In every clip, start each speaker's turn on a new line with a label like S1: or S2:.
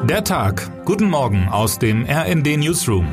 S1: Der Tag. Guten Morgen aus dem RND Newsroom.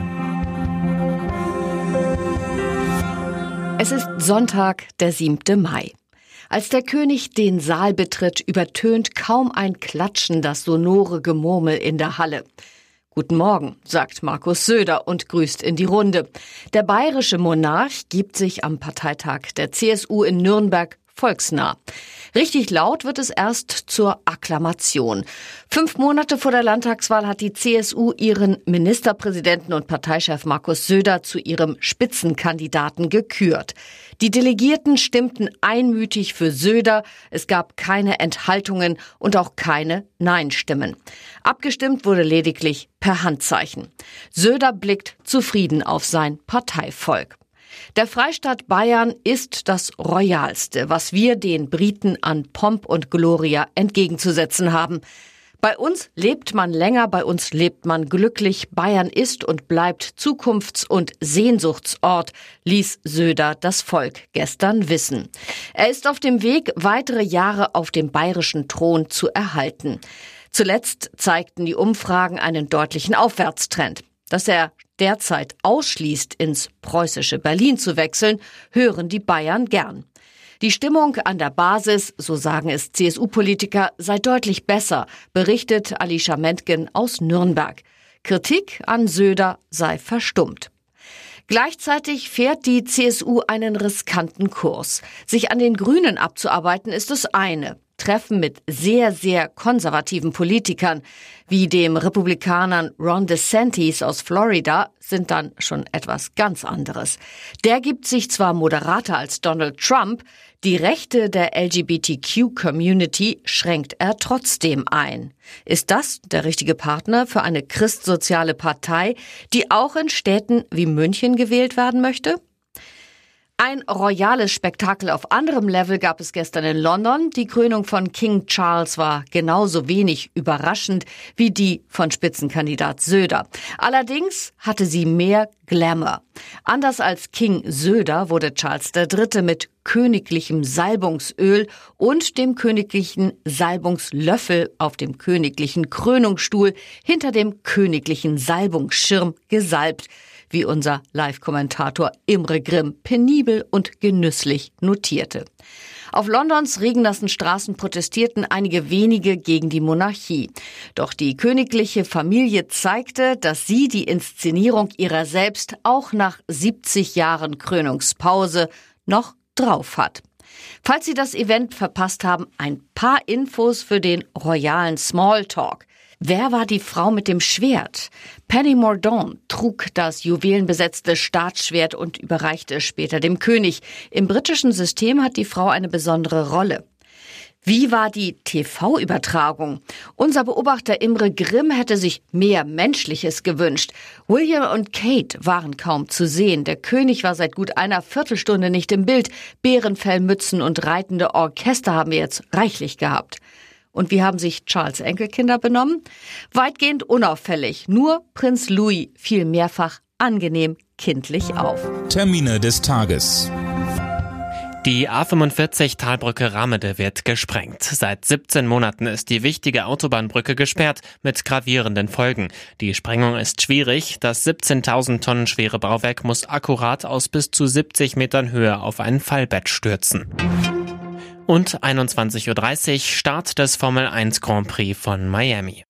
S2: Es ist Sonntag, der 7. Mai. Als der König den Saal betritt, übertönt kaum ein Klatschen das sonore Gemurmel in der Halle. Guten Morgen, sagt Markus Söder und grüßt in die Runde. Der bayerische Monarch gibt sich am Parteitag der CSU in Nürnberg volksnah. Richtig laut wird es erst zur Akklamation. 5 Monate vor der Landtagswahl hat die CSU ihren Ministerpräsidenten und Parteichef Markus Söder zu ihrem Spitzenkandidaten gekürt. Die Delegierten stimmten einmütig für Söder. Es gab keine Enthaltungen und auch keine Nein-Stimmen. Abgestimmt wurde lediglich per Handzeichen. Söder blickt zufrieden auf sein Parteivolk. Der Freistaat Bayern ist das Royalste, was wir den Briten an Pomp und Gloria entgegenzusetzen haben. Bei uns lebt man länger, bei uns lebt man glücklich. Bayern ist und bleibt Zukunfts- und Sehnsuchtsort, ließ Söder das Volk gestern wissen. Er ist auf dem Weg, weitere Jahre auf dem bayerischen Thron zu erhalten. Zuletzt zeigten die Umfragen einen deutlichen Aufwärtstrend. Dass er derzeit ausschließt, ins preußische Berlin zu wechseln, hören die Bayern gern. Die Stimmung an der Basis, so sagen es CSU-Politiker, sei deutlich besser, berichtet Alicia Mentgen aus Nürnberg. Kritik an Söder sei verstummt. Gleichzeitig fährt die CSU einen riskanten Kurs. Sich an den Grünen abzuarbeiten ist das eine. Treffen mit sehr, sehr konservativen Politikern wie dem Republikanern Ron DeSantis aus Florida sind dann schon etwas ganz anderes. Der gibt sich zwar moderater als Donald Trump, die Rechte der LGBTQ-Community schränkt er trotzdem ein. Ist das der richtige Partner für eine christsoziale Partei, die auch in Städten wie München gewählt werden möchte? Ein royales Spektakel auf anderem Level gab es gestern in London. Die Krönung von King Charles war genauso wenig überraschend wie die von Spitzenkandidat Söder. Allerdings hatte sie mehr Glamour. Anders als King Söder wurde Charles III. Mit königlichem Salbungsöl und dem königlichen Salbungslöffel auf dem königlichen Krönungsstuhl hinter dem königlichen Salbungsschirm gesalbt, wie unser Live-Kommentator Imre Grimm penibel und genüsslich notierte. Auf Londons regennassen Straßen protestierten einige wenige gegen die Monarchie. Doch die königliche Familie zeigte, dass sie die Inszenierung ihrer selbst auch nach 70 Jahren Krönungspause noch drauf hat. Falls Sie das Event verpasst haben, ein paar Infos für den royalen Smalltalk. Wer war die Frau mit dem Schwert? Penny Mordaunt trug das juwelenbesetzte Staatsschwert und überreichte es später dem König. Im britischen System hat die Frau eine besondere Rolle. Wie war die TV-Übertragung? Unser Beobachter Imre Grimm hätte sich mehr Menschliches gewünscht. William und Kate waren kaum zu sehen. Der König war seit gut einer Viertelstunde nicht im Bild. Bärenfellmützen und reitende Orchester haben wir jetzt reichlich gehabt. Und wie haben sich Charles' Enkelkinder benommen? Weitgehend unauffällig. Nur Prinz Louis fiel mehrfach angenehm kindlich auf.
S1: Termine des Tages.
S3: Die A45 Talbrücke Ramede wird gesprengt. Seit 17 Monaten ist die wichtige Autobahnbrücke gesperrt mit gravierenden Folgen. Die Sprengung ist schwierig. Das 17.000 Tonnen schwere Bauwerk muss akkurat aus bis zu 70 Metern Höhe auf ein Fallbett stürzen. Und 21:30 Uhr Start des Formel 1 Grand Prix von Miami.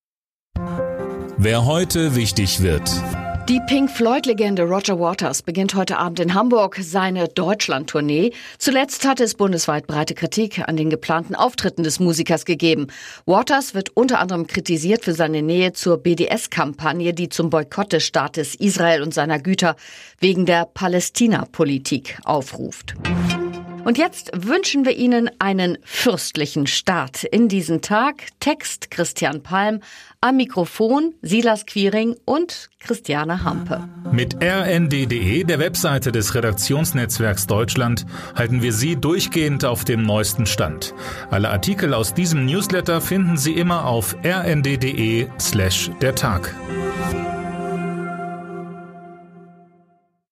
S1: Wer heute wichtig wird.
S2: Die Pink Floyd-Legende Roger Waters beginnt heute Abend in Hamburg seine Deutschland-Tournee. Zuletzt hat es bundesweit breite Kritik an den geplanten Auftritten des Musikers gegeben. Waters wird unter anderem kritisiert für seine Nähe zur BDS-Kampagne, die zum Boykott des Staates Israel und seiner Güter wegen der Palästina-Politik aufruft. Und jetzt wünschen wir Ihnen einen fürstlichen Start in diesen Tag. Text Christian Palm, am Mikrofon Silas Quiring und Christiane Hampe.
S1: Mit rnd.de, der Webseite des Redaktionsnetzwerks Deutschland, halten wir Sie durchgehend auf dem neuesten Stand. Alle Artikel aus diesem Newsletter finden Sie immer auf rnd.de/dertag.